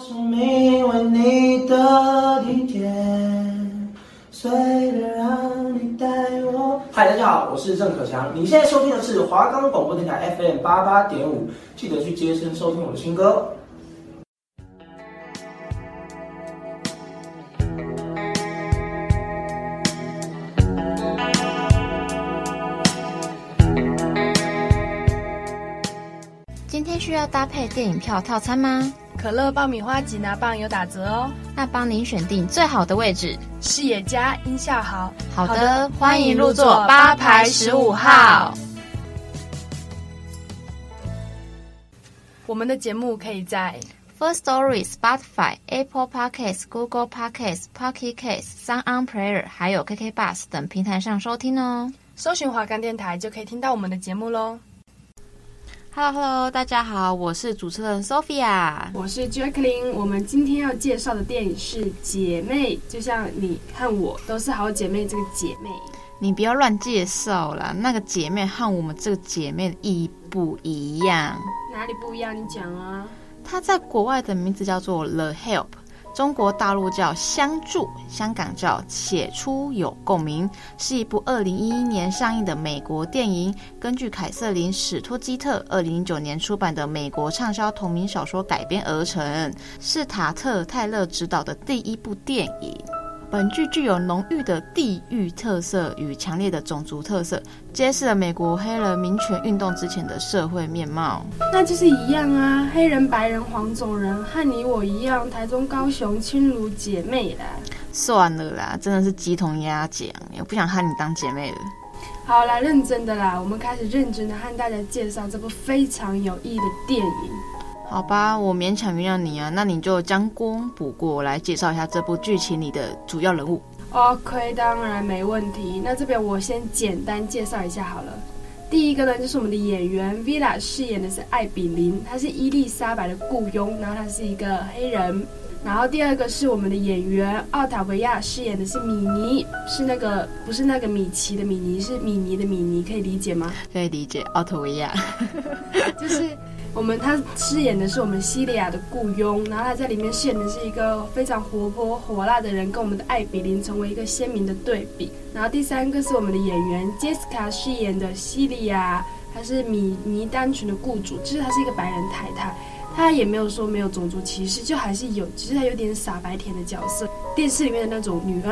是因为你的体贴，随着让你带我。嗨，大家好，我是郑可强，你现在收听的是华冈广播电台 FM88.5，记得去接声收听我的新歌。 今天需要搭配电影票套餐吗？ 可乐爆米花吉拿棒有打折哦， 那帮您选定最好的位置， 视野佳，音效好。 好的，欢迎入座8排15号。 我们的节目可以在 Firstory、Spotify、Apple Podcasts、Google Podcasts、Pocket Casts、Sound Player 还有 KK Bus 等平台上收听哦。 搜寻华冈电台就可以听到我们的节目咯。 Hello， 大家好，我是主持人 Sophia， 我是 Jacqueline。我们今天要介绍的电影是《姐妹》，就像你和我都是好姐妹这个姐妹。 你不要乱介绍啦，那个姐妹和我们这个姐妹的意义不一样。 哪里不一样？你讲啊。 它在国外的名字叫做 The Help， 中国大陆叫相助，香港叫写出有共鸣，是一部2011年上映的美国电影，根据凯瑟琳·史托基特2009年出版的美国畅销同名小说改编而成，是塔特·泰勒执导的第一部电影。本剧具有浓郁的地域特色与强烈的种族特色，揭示了美国黑人民权运动之前的社会面貌。 那就是一样啊，黑人、白人、黄种人和你我一样，台中、高雄亲如姐妹啦。 算了啦，真的是鸡同鸭讲，我不想和你当姐妹了。 好啦，认真的啦，我们开始认真的和大家介绍这部非常有意义的电影。 好吧，我勉强原谅你啊，那你就将功补过来介绍一下这部剧情里的主要人物。 OK， 当然没问题。那这边我先简单介绍一下好了。第一个呢，就是我们的演员 Villa 饰演的是艾比琳，她是伊丽莎白的雇佣，然后她是一个黑人。然后第二个是我们的演员奥塔维亚饰演的是米妮，不是那个米奇的米妮，是米妮的米妮，可以理解吗？ 可以理解，奥特维亚。 就是他饰演的是我们西利亚的雇佣，然后他在里面饰演的是一个非常活泼火辣的人，跟我们的艾比琳成为一个鲜明的对比。然后第三个是我们的演员 Jessica 饰演的西利亚，她是米妮单纯的雇主，就是她是一个白人太太。他也没有说没有种族歧视，就还是有，只是他有点傻白甜的角色，电视里面的那种女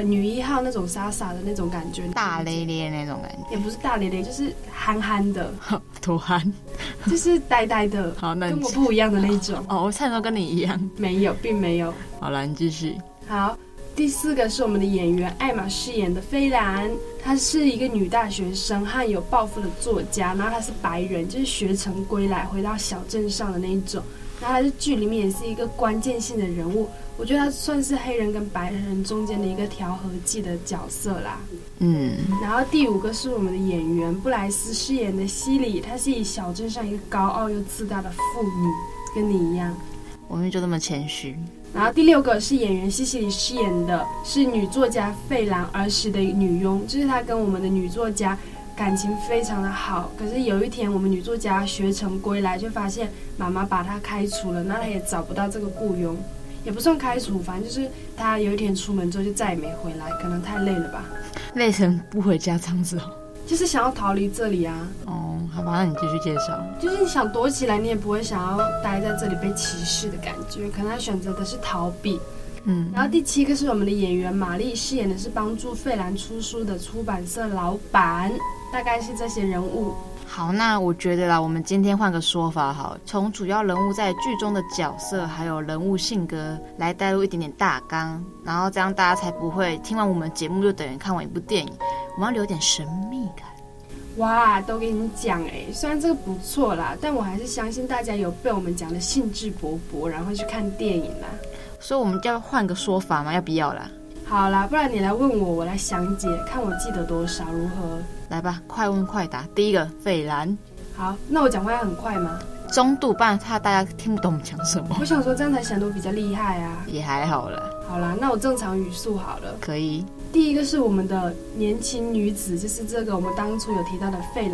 1号那种傻傻的那种感觉， 大咧咧那种感觉， 也不是大咧咧，就是憨憨的， 多憨， 就是呆呆的， 好，那跟我不一样的那种。 哦，我差点说跟你一样， 没有，并没有。 好了，你继续。 好。第四个是我们的演员艾玛饰演的菲兰，她是一个女大学生和有抱负的作家，然后她是白人，就是学成归来回到小镇上的那一种，然后她在剧里面也是一个关键性的人物，我觉得她算是黑人跟白人中间的一个调和剂的角色啦。然后第五个是我们的演员布莱斯饰演的西里，她是以小镇上一个高傲又自大的妇女，跟你一样， 我们就这么谦虚。 然后第六个是演员西西里饰演的是女作家费兰儿时的女佣，就是她跟我们的女作家感情非常的好，可是有一天我们女作家学成归来，就发现妈妈把她开除了，那她也找不到这个雇佣，也不算开除，反正就是她有一天出门之后就再也没回来，可能太累了吧， 累成不回家这样子哦， 就是想要逃离这里啊。 好吧，那你继续介绍。 就是你想躲起来，你也不会想要待在这里被歧视的感觉，可能他选择的是逃避。然后第七个是我们的演员玛丽饰演的是帮助费兰出书的出版社老板，大概是这些人物。 好，那我觉得啦，我们今天换个说法好，从主要人物在剧中的角色还有人物性格来带入一点点大纲，然后这样大家才不会听完我们节目就等于看完一部电影，我们要留点神秘感。 哇，都给你讲虽然这个不错啦，但我还是相信大家有被我们讲的兴致勃勃，然后去看电影啦。 所以我们就要换个说法吗？要不要啦？ 好啦，不然你来问我，我来详解，看我记得多少，如何？ 来吧，快问快答。第一个，费兰。 好，那我讲话要很快吗？ 中度，不然怕大家听不懂我们讲什么。 我想说这样才显得我比较厉害啊。 也还好啦。 好啦，那我正常语速好了。 可以。 第一个是我们的年轻女子，就是这个我们当初有提到的费兰，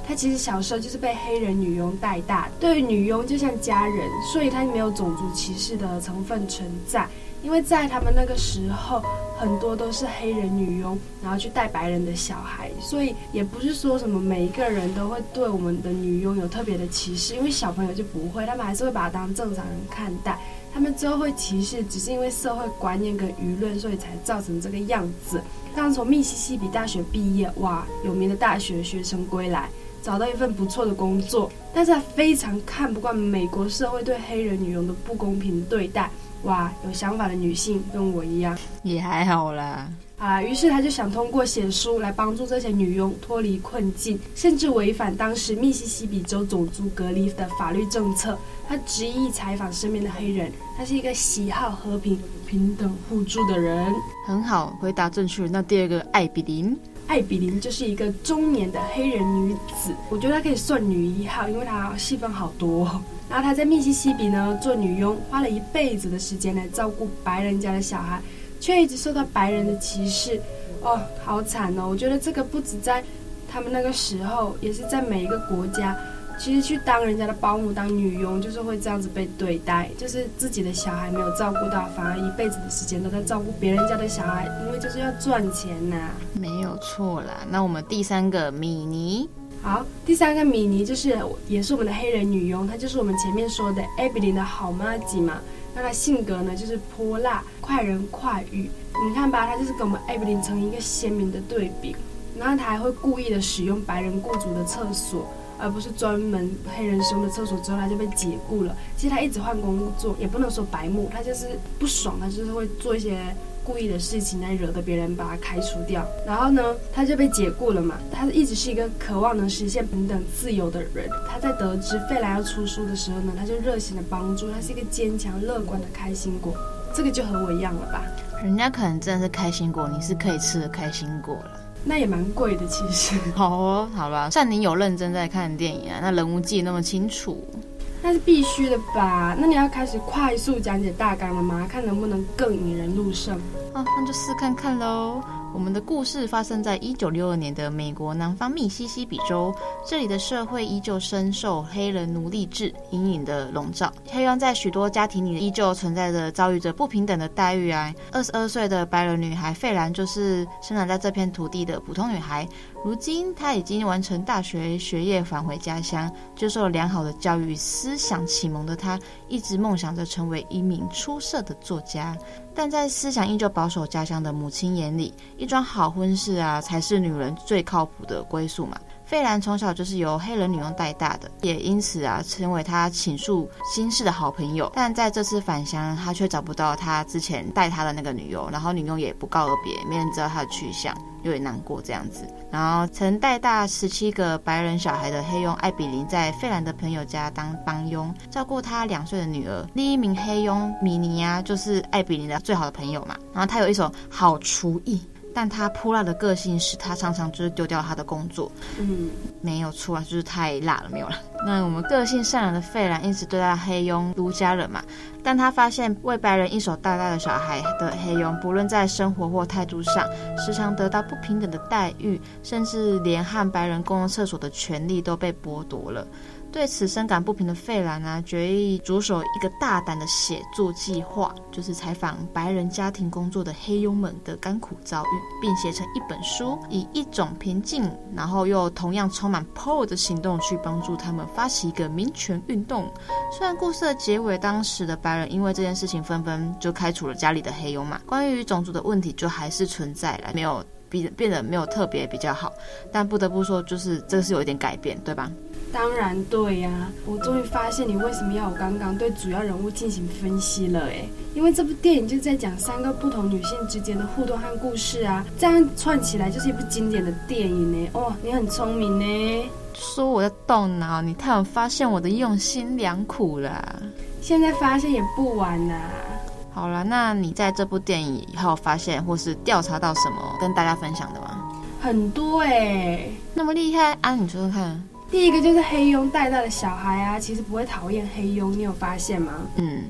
他其实小时候就是被黑人女佣带大，对于女佣就像家人，所以他没有种族歧视的成分存在。因为在他们那个时候，很多都是黑人女佣，然后去带白人的小孩，所以也不是说什么每一个人都会对我们的女佣有特别的歧视，因为小朋友就不会，他们还是会把它当正常人看待。他们之后会歧视，只是因为社会观念跟舆论，所以才造成这个样子。刚从密西西比大学毕业，哇，有名的大学学成归来，找到一份不错的工作，但是他非常看不惯美国社会对黑人女佣的不公平对待。哇，有想法的女性跟我一样， 也还好啦。 于是他就想通过写书来帮助这些女佣脱离困境，甚至违反当时密西西比州种族隔离的法律政策。他执意采访身边的黑人，他是一个喜好和平、平等互助的人。 很好，回答正确。那第二个，艾比琳。 艾比琳就是一个中年的黑人女子，我觉得她可以算女一号，因为她戏份好多。然后她在密西西比呢做女佣，花了一辈子的时间来照顾白人家的小孩，却一直受到白人的歧视。哦，好惨哦！我觉得这个不止在他们那个时候，也是在每一个国家。其实去当人家的保姆、当女佣，就是会这样子被对待，就是自己的小孩没有照顾到，反而一辈子的时间都在照顾别人家的小孩，因为就是要赚钱呐。 没有错啦。那我们第三个米妮。 好，第三个米妮也是我们的黑人女佣，她就是我们前面说的艾比琳的好妈吉嘛。那她性格呢就是泼辣、快人快语，你看吧，她就是跟我们艾比琳成一个鲜明的对比。然后她还会故意的使用白人雇主的厕所，而不是专门黑人使用的厕所，之后他就被解雇了。其实他一直换工作，也不能说白目，他就是不爽，他就是会做一些故意的事情来惹得别人把他开除掉。然后呢，他就被解雇了嘛。他一直是一个渴望能实现平等自由的人。他在得知费兰要出书的时候呢，他就热心的帮助。他是一个坚强乐观的开心果，这个就和我一样了吧？ 人家可能真的是开心果，你是可以吃的开心果了。 那也蛮贵的，其实。 好哦，好吧，算你有认真在看电影啊，那人物记得那么清楚， 那是必须的吧？那你要开始快速讲解大纲了吗？看能不能更引人入胜。 那就试看看咯。我们的故事发生在1962年的美国南方密西西比州，这里的社会依旧深受黑人奴隶制阴影的笼罩。黑人在许多家庭里依旧存在着遭遇着不平等的待遇啊。22岁的白人女孩费兰就是生长在这片土地的普通女孩，如今她已经完成大学学业，返回家乡，接受了良好的教育，思想启蒙的她一直梦想着成为一名出色的作家。但在思想依旧保守家乡的母亲眼里，一桩好婚事啊才是女人最靠谱的归宿嘛。费兰从小就是由黑人女佣带大的，也因此啊成为她倾诉心事的好朋友。但在这次返乡，她却找不到她之前带她的那个女佣，然后女佣也不告而别，没人知道她的去向，有点难过这样子。然后曾带大17个白人小孩的黑佣艾比琳，在费兰的朋友家当帮佣，照顾她2岁的女儿。另一名黑佣米妮啊，就是艾比琳的最好的朋友嘛。然后她有一手好厨艺，但他泼辣的个性使他常常就是丢掉他的工作。没有错啊，就是太辣了，没有了。那我们个性善良的费兰一直对待黑佣如家人嘛，但他发现为白人一手带大的小孩的黑佣，不论在生活或态度上，时常得到不平等的待遇，甚至连和白人共用厕所的权利都被剥夺了。对此深感不平的费兰啊，决意着手一个大胆的写作计划，就是采访白人家庭工作的黑佣们的甘苦遭遇，并写成一本书，以一种平静然后又同样充满 power 的行动去帮助他们发起一个民权运动。虽然故事的结尾，当时的白人因为这件事情纷纷就开除了家里的黑佣嘛，关于种族的问题就还是存在了，没有变得没有特别比较好，但不得不说，就是这个是有一点改变，对吧？ 当然对呀，我终于发现你为什么要我刚刚对主要人物进行分析了诶，因为这部电影就在讲3个不同女性之间的互动和故事啊，这样串起来就是一部经典的电影呢。哦，你很聪明呢。 说我在动脑，你太有发现我的用心良苦啦。 现在发现也不晚啦。 好啦，那你在这部电影以后发现或是调查到什么跟大家分享的吗？ 很多诶。 那么厉害啊，你说说看。 第一个就是黑佣带大的小孩啊，其实不会讨厌黑佣，你有发现吗？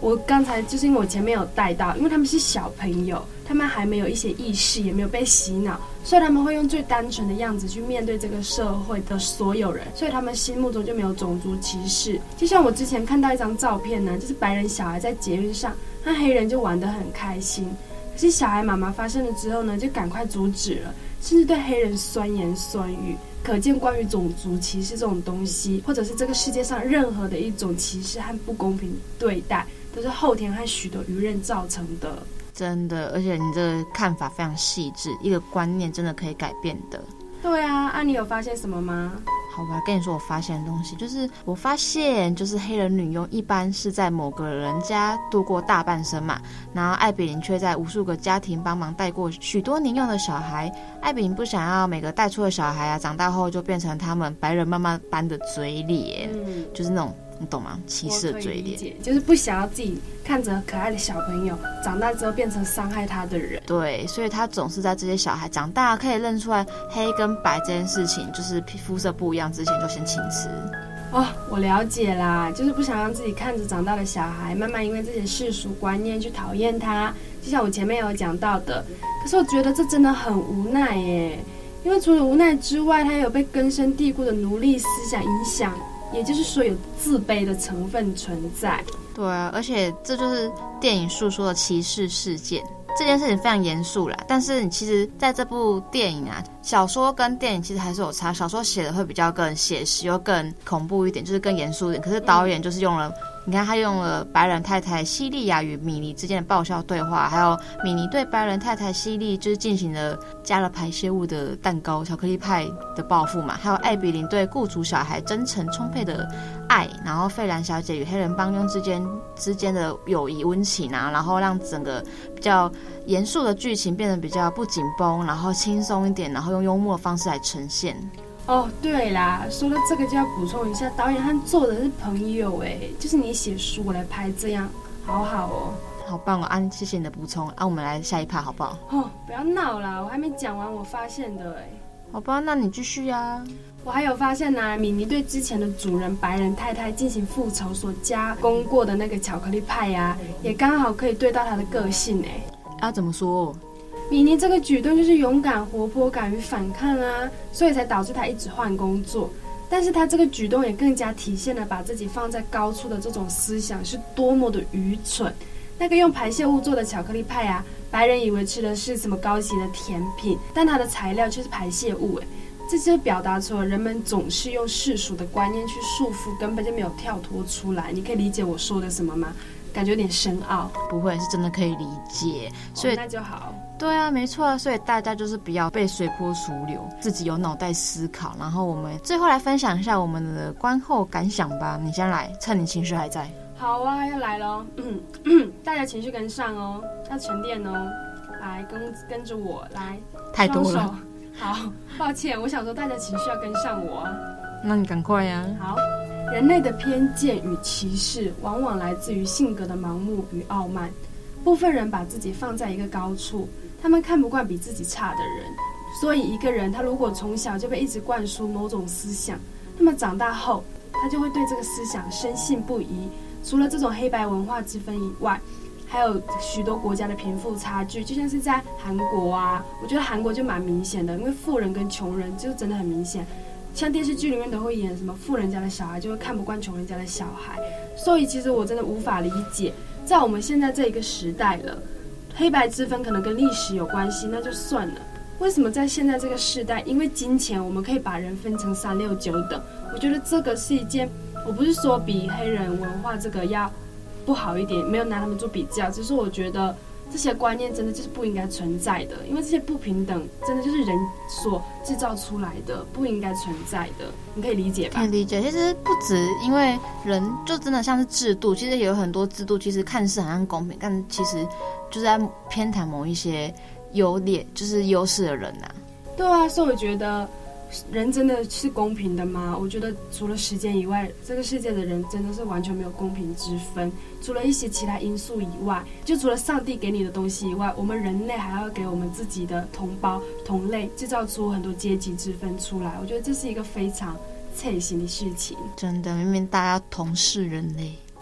我刚才就是因为我前面有带到，因为他们是小朋友，他们还没有一些意识，也没有被洗脑，所以他们会用最单纯的样子去面对这个社会的所有人，所以他们心目中就没有种族歧视。就像我之前看到一张照片呢，就是白人小孩在捷运上和黑人就玩得很开心，可是小孩妈妈发现了之后呢，就赶快阻止了，甚至对黑人酸言酸语。可见关于种族歧视这种东西，或者是这个世界上任何的一种歧视和不公平对待，都是后天和许多舆论造成的。 真的，而且你这个看法非常细致，一个观念真的可以改变的。 对啊，你有发现什么吗？ 好吧，跟你说我发现的东西，就是我发现就是黑人女佣一般是在某个人家度过大半生嘛，然后艾比琳却在无数个家庭帮忙带过许多年幼的小孩。艾比琳不想要每个带出的小孩啊，长大后就变成他们白人妈妈般的嘴脸，就是那种你懂吗？歧视的嘴脸， 就是不想要自己看着可爱的小朋友长大之后变成伤害他的人。 对，所以他总是在这些小孩长大可以认出来黑跟白这件事情，就是肤色不一样之前就先请辞。 哦，我了解啦，就是不想让自己看着长大的小孩慢慢因为这些世俗观念去讨厌他，就像我前面有讲到的。可是我觉得这真的很无奈耶，因为除了无奈之外，他也有被根深蒂固的奴隶思想影响，也就是说有自卑的成分存在。 对啊，而且这就是电影诉说的歧视事件。这件事情非常严肃啦，但是你其实在这部电影啊，小说跟电影其实还是有差，小说写的会比较更写实又更恐怖一点，就是更严肃一点，可是导演就是用了你看他用了白人太太西莉亚与米妮之间的爆笑对话，还有米妮对白人太太西莉就是进行了加了排泄物的蛋糕巧克力派的报复嘛，还有艾比琳对雇主小孩真诚充沛的爱，然后费兰小姐与黑人帮佣之间的友谊温情啊，然后让整个比较严肃的剧情变得比较不紧绷，然后轻松一点，然后用幽默的方式来呈现。 哦，对啦，说到这个就要补充一下，导演和作者是朋友哎，就是你写书我来拍，这样好好哦， 好棒哦！谢谢你的补充我们来下一趴好不好？ 哦，不要闹啦，我还没讲完我发现的哎。 好吧，那你继续啊。 我还有发现呢，米妮对之前的主人白人太太进行复仇所加工过的那个巧克力派啊，也刚好可以对到她的个性哎。 啊，怎么说？ 米妮这个举动就是勇敢、活泼、敢于反抗啊，所以才导致她一直换工作。但是她这个举动也更加体现了把自己放在高处的这种思想是多么的愚蠢。那个用排泄物做的巧克力派啊，白人以为吃的是什么高级的甜品，但它的材料却是排泄物哎。这就表达出了人们总是用世俗的观念去束缚，根本就没有跳脱出来。你可以理解我说的什么吗？感觉有点深奥。 不会，是真的可以理解。所以那就好。 对啊，没错，所以大家就是不要被随波逐流，自己有脑袋思考。然后我们最后来分享一下我们的观后感想吧。你先来，趁你情绪还在。 好啊，要来咯。大家情绪跟上哦，要沉淀哦。来，跟着我来。 太多了。 好，抱歉，我想说大家情绪要跟上我啊。 那你赶快呀。 好，人类的偏见与歧视往往来自于性格的盲目与傲慢。部分人把自己放在一个高处，他们看不惯比自己差的人，所以一个人他如果从小就被一直灌输某种思想，那么长大后他就会对这个思想深信不疑。除了这种黑白文化之分以外，还有许多国家的贫富差距，就像是在韩国啊，我觉得韩国就蛮明显的，因为富人跟穷人就真的很明显。像电视剧里面都会演什么富人家的小孩就会看不惯穷人家的小孩，所以其实我真的无法理解，在我们现在这一个时代了，黑白之分可能跟历史有关系，那就算了。为什么在现在这个时代，因为金钱我们可以把人分成3、6、9等？我觉得这个是一件，我不是说比黑人文化这个要不好一点，没有拿他们做比较，只是我觉得这些观念真的就是不应该存在的，因为这些不平等真的就是人所制造出来的，不应该存在的，你可以理解吧？ 可以理解。其实不止因为人就真的像是制度，其实也有很多制度其实看似好像公平，但其实就是在偏袒某一些就是优势的人啊。 对啊，所以我觉得人真的是公平的吗？我觉得除了时间以外，这个世界的人真的是完全没有公平之分。除了一些其他因素以外，就除了上帝给你的东西以外，我们人类还要给我们自己的同胞同类制造出很多阶级之分出来。我觉得这是一个非常刺心的事情。 真的，明明大家同是人类。 对，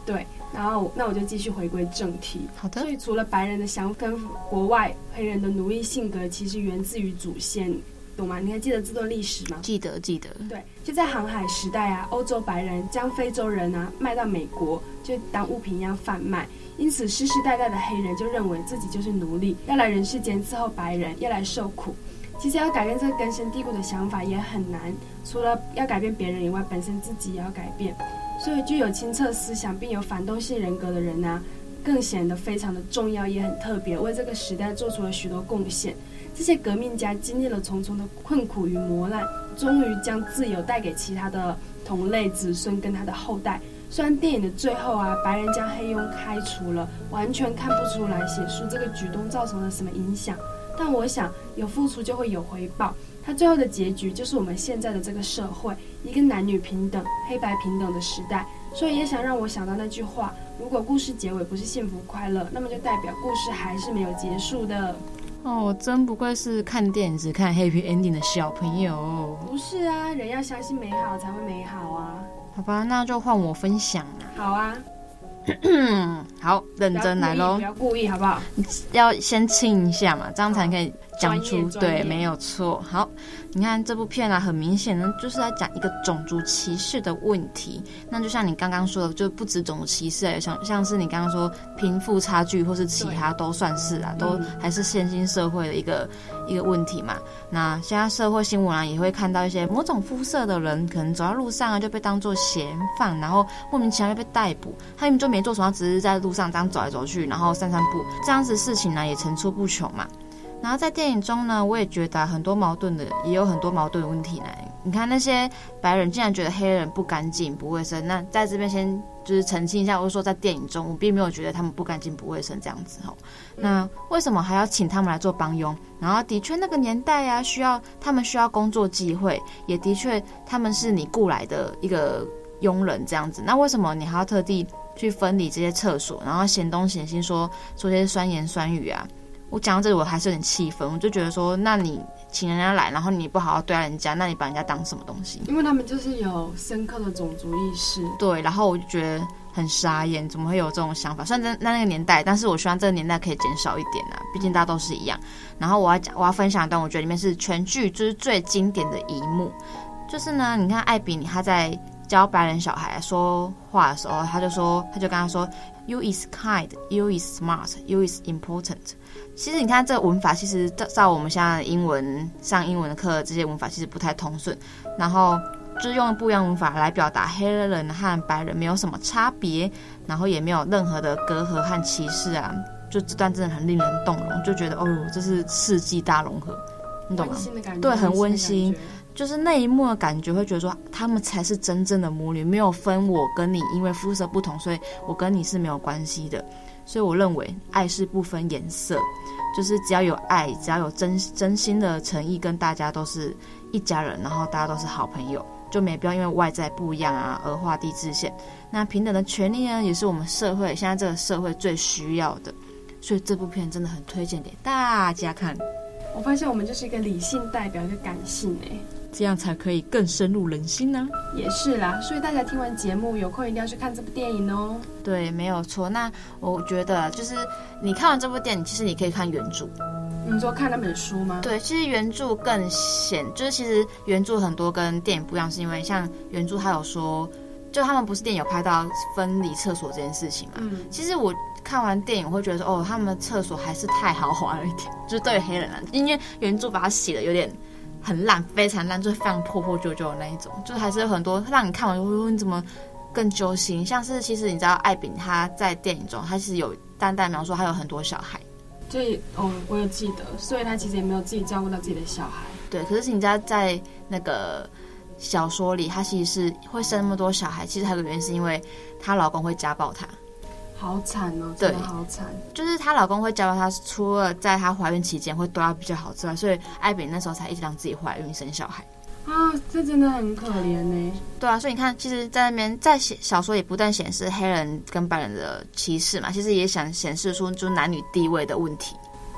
然后那我就继续回归正题。 好的。 所以除了白人的想法跟国外黑人的奴役性格其实源自于祖先，懂吗？你还记得这段历史吗？ 记得。 对，就在航海时代啊，欧洲白人将非洲人啊卖到美国，就当物品一样贩卖。因此世世代代的黑人就认为自己就是奴隶，要来人世间伺候白人，要来受苦。其实要改变这个根深蒂固的想法也很难，除了要改变别人以外，本身自己也要改变。所以具有清澈思想并有反动性人格的人啊，更显得非常的重要，也很特别，为这个时代做出了许多贡献。这些革命家经历了重重的困苦与磨难，终于将自由带给其他的同类子孙跟他的后代。虽然电影的最后啊，白人将黑佣开除了，完全看不出来写书这个举动造成了什么影响，但我想有付出就会有回报。它最后的结局就是我们现在的这个社会，一个男女平等、黑白平等的时代。所以也想让我想到那句话：如果故事结尾不是幸福快乐，那么就代表故事还是没有结束的。 哦，真不愧是看电影只看 happy ending 的小朋友。 不是啊，人要相信美好才会美好啊。 好吧，那就换我分享啦。 好啊。 好，认真来咯。 不要故意好不好？ 要先亲一下嘛，这样才可以讲出对，没有错。好，你看这部片啊，很明显呢，就是在讲一个种族歧视的问题。那就像你刚刚说的，就不止种族歧视啊，像是你刚刚说贫富差距或是其他都算是啊，都还是现今社会的一个问题嘛。那现在社会新闻啊，也会看到一些某种肤色的人，可能走在路上啊就被当作嫌犯，然后莫名其妙被逮捕，他们就没做什么，只是在路上这样走来走去，然后散散步，这样子事情呢也层出不穷嘛。然后在电影中呢，我也觉得很多矛盾的，也有很多矛盾的问题呢。你看那些白人竟然觉得黑人不干净不卫生，那在这边先就是澄清一下，我就说在电影中我并没有觉得他们不干净不卫生这样子吼。那为什么还要请他们来做帮佣？然后的确那个年代啊，他们需要工作机会，也的确他们是你雇来的一个佣人这样子。那为什么你还要特地去分离这些厕所，然后嫌东嫌西说些酸言酸语啊？我讲到这里我还是有点气愤，我就觉得说，那你请人家来，然后你不好好对待人家，那你把人家当什么东西？ 因为他们就是有深刻的种族意识。 对，然后我就觉得很傻眼，怎么会有这种想法？虽然在那个年代，但是我希望这个年代可以减少一点啊，毕竟大家都是一样。然后我要分享一段，我觉得里面是全剧就是最经典的一幕，就是呢，你看艾比你他在教白人小孩说话的时候，他就跟他说 ，You is kind, you is smart, you is important。其实你看这个文法，其实照我们现在上英文的课，这些文法其实不太通顺，然后就是用不一样文法来表达黑人和白人没有什么差别，然后也没有任何的隔阂和歧视啊，就这段真的很令人动容，就觉得哦，这是世纪大融合，你懂吗？ 温馨的感觉， 对，很温馨。就是那一幕的感觉，会觉得说他们才是真正的母女，没有分我跟你，因为肤色不同，所以我跟你是没有关系的。所以我认为爱是不分颜色，就是只要有爱，只要有真心的诚意，跟大家都是一家人，然后大家都是好朋友，就没必要因为外在不一样啊而画地自限。那平等的权利呢，也是我们社会现在这个社会最需要的。所以这部片真的很推荐给大家看。 我发现我们就是一个理性代表，一个感性这样才可以更深入人心呢。 也是啦，所以大家听完节目有空一定要去看这部电影哦。 对，没有错。那我觉得就是你看完这部电影，其实你可以看原著。 你说看那本书吗？ 对，其实原著更就是其实原著很多跟电影不一样，是因为像原著他有说，就他们不是电影有拍到分离厕所这件事情嘛。其实我看完电影我会觉得说，哦，他们的厕所还是太豪华了一点，就是对于黑人啊，因为原著把它写的有点很烂，非常烂，就是非常破破旧旧的那一种，就还是有很多让你看完你怎么更揪心。像是其实你知道艾比他在电影中他是有淡淡描述他有很多小孩， 所以我有记得，所以他其实也没有自己照顾到自己的小孩。 对，可是你知道在那个小说里他其实是会生那么多小孩，其实还有个原因是因为她老公会家暴她。 好惨哦，真的好惨。 就是她老公会家暴她，除了在她怀孕期间会对她比较好之外，所以艾比那时候才一直让自己怀孕生小孩啊，这真的很可怜呢。 对啊，所以你看，其实在那边在小说也不但显示黑人跟白人的歧视嘛，其实也想显示出就是男女地位的问题。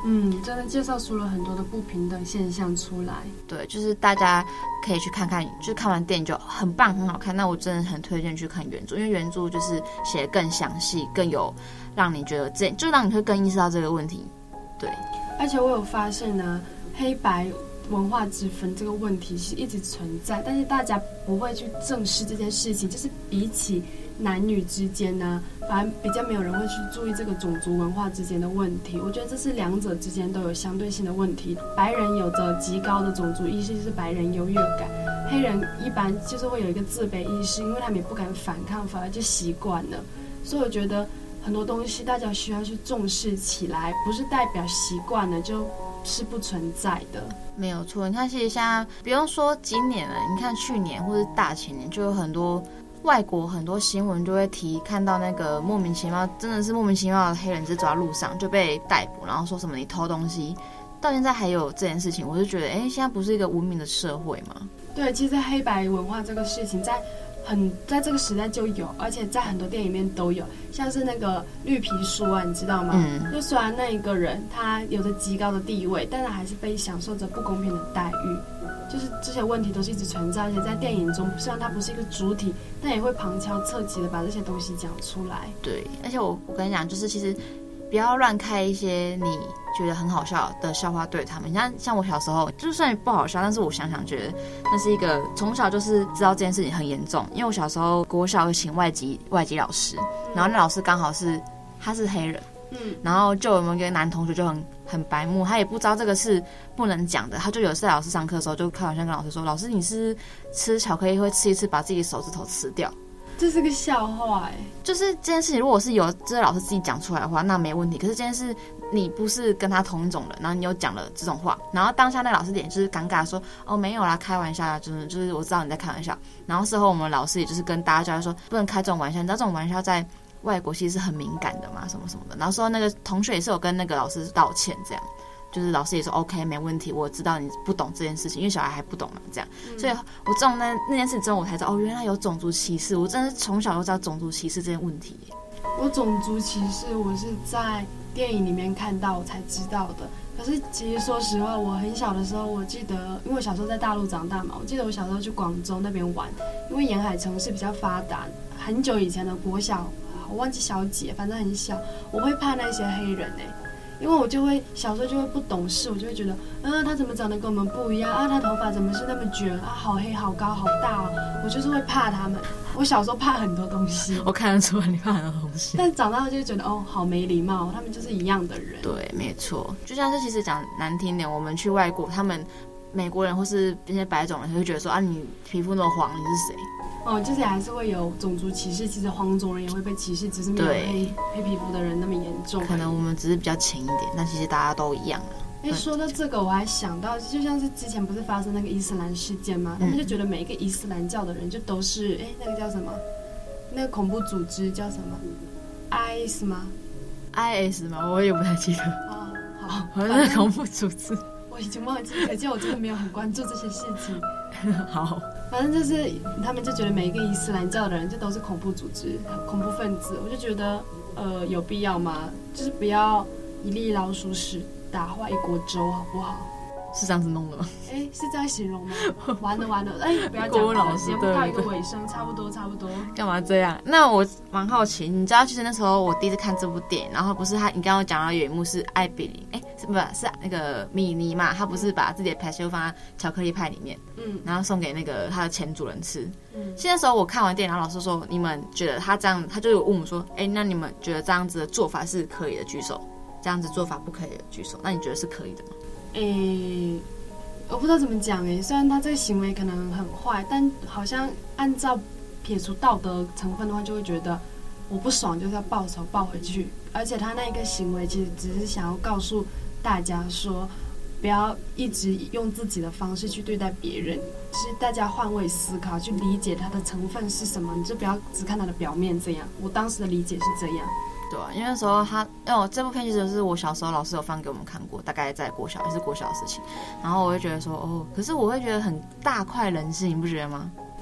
真的介绍出了很多的不平等现象出来。 对，就是大家可以去看看，就是看完电影就很棒很好看，那我真的很推荐去看原著，因为原著就是写得更详细，更有让你觉得就让你会更意识到这个问题。对， 而且我有发现呢，黑白文化之分这个问题是一直存在，但是大家不会去正视这件事情，就是比起男女之间呢，反而比较没有人会去注意这个种族文化之间的问题。我觉得这是两者之间都有相对性的问题。白人有着极高的种族意识，就是白人优越感；黑人一般就是会有一个自卑意识，因为他们也不敢反抗，反而就习惯了。所以我觉得很多东西大家需要去重视起来，不是代表习惯了就是不存在的。 没有错。你看，其实现在不用说今年了，你看去年或是大前年，就有很多外国很多新闻就会看到那个莫名其妙，真的是莫名其妙的黑人只走在路上就被逮捕，然后说什么你偷东西，到现在还有这件事情，我就觉得，现在不是一个文明的社会吗？ 对，其实黑白文化这个事情在这个时代就有，而且在很多电影里面都有，像是那个绿皮书啊，你知道吗？就虽然那一个人他有着极高的地位，但他还是被享受着不公平的待遇，就是这些问题都是一直存在，而且在电影中虽然它不是一个主体，但也会旁敲侧击的把这些东西讲出来。 对，而且我跟你讲，就是其实不要乱开一些你觉得很好笑的笑话对他们。像我小时候，就算不好笑，但是我想想觉得那是一个从小就是知道这件事情很严重。因为我小时候国小会请外籍老师，然后那老师刚好他是黑人，然后就有一个男同学就很白目，他也不知道这个是不能讲的，他就有次老师上课的时候就开玩笑跟老师说：“老师，你是吃巧克力会吃一次把自己手指头吃掉。” 这是个笑话就是这件事情，如果是由这个老师自己讲出来的话，那没问题。可是这件事你不是跟他同一种人，然后你又讲了这种话，然后当下那个老师脸就是尴尬说：“哦，没有啦，开玩笑啦，就是我知道你在开玩笑。”然后事后我们老师也就是跟大家教育说，不能开这种玩笑，你知道这种玩笑在外国其实是很敏感的嘛，什么什么的。然后说那个同学也是有跟那个老师道歉，这样。就是老师也说 OK 没问题，我知道你不懂这件事情，因为小孩还不懂嘛，这样，所以我从那件事之后我才知道，原来有种族歧视，我真的是从小就知道种族歧视这件问题。 我种族歧视我是在电影里面看到我才知道的，可是其实说实话，我很小的时候，我记得，因为我小时候在大陆长大嘛，我记得我小时候去广州那边玩，因为沿海城市比较发达，很久以前的国小，我忘记小几，反正很小，我会怕那些黑人因为我小时候就会不懂事，我就会觉得，他怎么长得跟我们不一样啊？他头发怎么是那么卷啊？好黑、好高、好大我就是会怕他们。我小时候怕很多东西， 我看得出来你怕很多东西。 但长大后就会觉得，好没礼貌，他们就是一样的人。 对，没错。就像是其实讲难听点，我们去外国，他们美国人或是那些白种人会觉得说你皮肤那么黄，你是谁？ 就是还是会有种族歧视，其实黄种人也会被歧视，只是没有黑皮肤的人那么严重。 可能我们只是比较浅一点，但其实大家都一样说到这个，我还想到，就像是之前不是发生那个伊斯兰事件吗？他们就觉得每一个伊斯兰教的人就都是，那个叫什么？那个恐怖组织叫什么 ？IS 吗 ？IS 吗？我也不太记得。 好， 好像是恐怖组织。 我已经忘记，可见我真的没有很关注这些事情。 好， 反正就是他们就觉得每一个伊斯兰教的人就都是恐怖组织、恐怖分子。我就觉得，有必要吗？就是不要一粒老鼠屎打坏一锅粥，好不好？ 是这样子弄的吗？ 是这样形容吗？完了，不要讲了，节目到一个尾声，差不多。 干嘛这样？那我蛮好奇，你知道，其实那时候我第一次看这部电影，然后不是你刚刚讲到有一幕是艾比琳，是那个米妮嘛？她不是把自己的排球放在巧克力派里面，然后送给那个她的前主人吃。现在时候我看完电影，然后老师说，你们觉得他这样，他就有问我说，那你们觉得这样子的做法是可以的，举手；这样子做法不可以的，举手。那你觉得是可以的吗？ 我不知道怎么讲虽然他这个行为可能很坏，但好像按照撇除道德成分的话，就会觉得我不爽就是要报仇报回去。而且他那个行为其实只是想要告诉大家说，不要一直用自己的方式去对待别人，就是大家换位思考，去理解它的成分是什么，你就不要只看它的表面这样。我当时的理解是这样。 对啊，因为那时候这部片其实是我小时候老师有放给我们看过，大概在国小，也是国小的事情。然后我会觉得说，可是我会觉得很大快人心，你不觉得吗？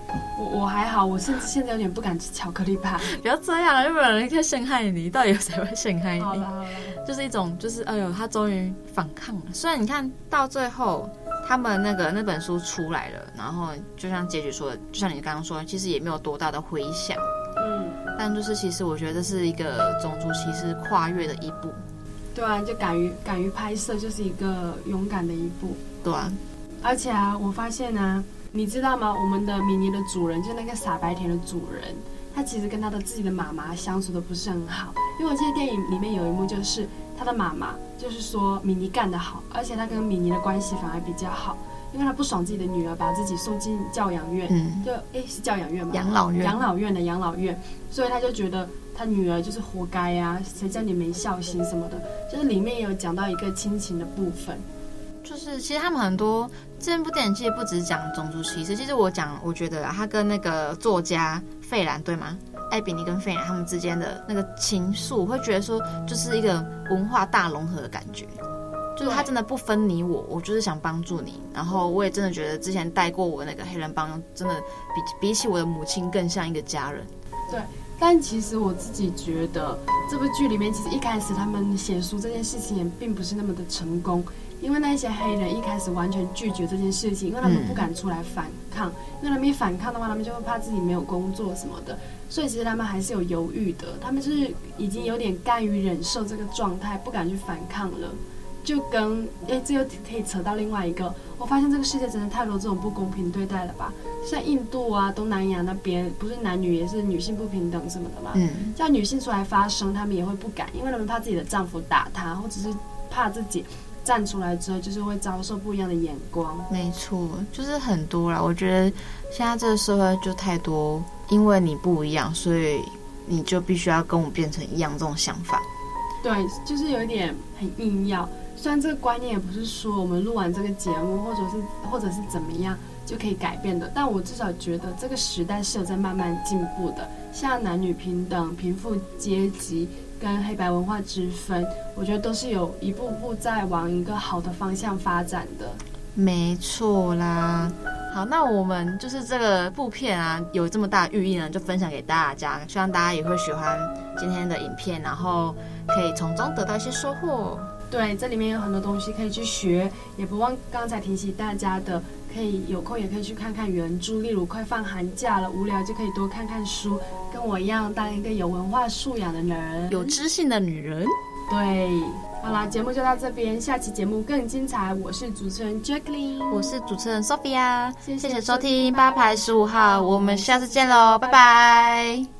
我还好，我甚至现在有点不敢吃巧克力派。 不要这样了，又没有人可以陷害你，到底有谁会陷害你？ 好了， 就是一种，就是哎呦，他终于反抗了。虽然你看到最后，他们那本书出来了，然后就像结局说的，就像你刚刚说的，其实也没有多大的回响。但就是其实我觉得这是一个种族歧视跨越的一步。 对啊，就敢于拍摄，就是一个勇敢的一步。 对啊， 而且啊，我发现啊，你知道吗？我们的米妮的主人，就那个傻白甜的主人，他其实跟他的自己的妈妈相处的不是很好。因为我记得电影里面有一幕，就是他的妈妈就是说米妮干得好，而且他跟米妮的关系反而比较好。因为他不爽自己的女儿把自己送进教养院，是教养院吗？ 养老院的养老院，所以他就觉得他女儿就是活该啊，谁叫你没孝心什么的，就是里面也有讲到一个亲情的部分。 就是其实他们很多这部电影其实不只讲种族歧视，其实我觉得他跟那个作家费兰对吗？艾比尼跟费兰他们之间的那个情愫，我会觉得说就是一个文化大融合的感觉。就是他真的不分你我就是想帮助你。然后我也真的觉得之前带过我那个黑人帮，真的比起我的母亲更像一个家人。 对，但其实我自己觉得这部剧里面，其实一开始他们写书这件事情也并不是那么的成功，因为那些黑人一开始完全拒绝这件事情，因为他们不敢出来反抗，因为他们一反抗的话，他们就会怕自己没有工作什么的，所以其实他们还是有犹豫的，他们就是已经有点甘于忍受这个状态，不敢去反抗了。就跟这又可以扯到另外一个，我发现这个世界真的太多这种不公平对待了吧？像印度啊、东南亚那边，不是男女也是女性不平等什么的嘛？叫女性出来发声，他们也会不敢，因为他们怕自己的丈夫打她，或者是怕自己站出来之后，就是会遭受不一样的眼光。 没错，就是很多啦。我觉得现在这个社会就太多，因为你不一样，所以你就必须要跟我变成一样这种想法。 对，就是有一点很硬要。虽然这个观念也不是说我们录完这个节目或者是怎么样就可以改变的，但我至少觉得这个时代是有在慢慢进步的。像男女平等、贫富阶级跟黑白文化之分，我觉得都是有一步步在往一个好的方向发展的。 没错啦。好，那我们就是这个部片啊，有这么大的寓意呢，就分享给大家，希望大家也会喜欢今天的影片，然后可以从中得到一些收获。 对，这里面有很多东西可以去学，也不忘刚才提醒大家的，可以有空也可以去看看原著，例如快放寒假了，无聊就可以多看看书，跟我一样当一个有文化素养的人， 有知性的女人。 对，好啦，节目就到这边，下期节目更精彩。我是主持人 Jacqueline， 我是主持人 Sophia， 谢谢收听8排15号，我们下次见喽，拜拜。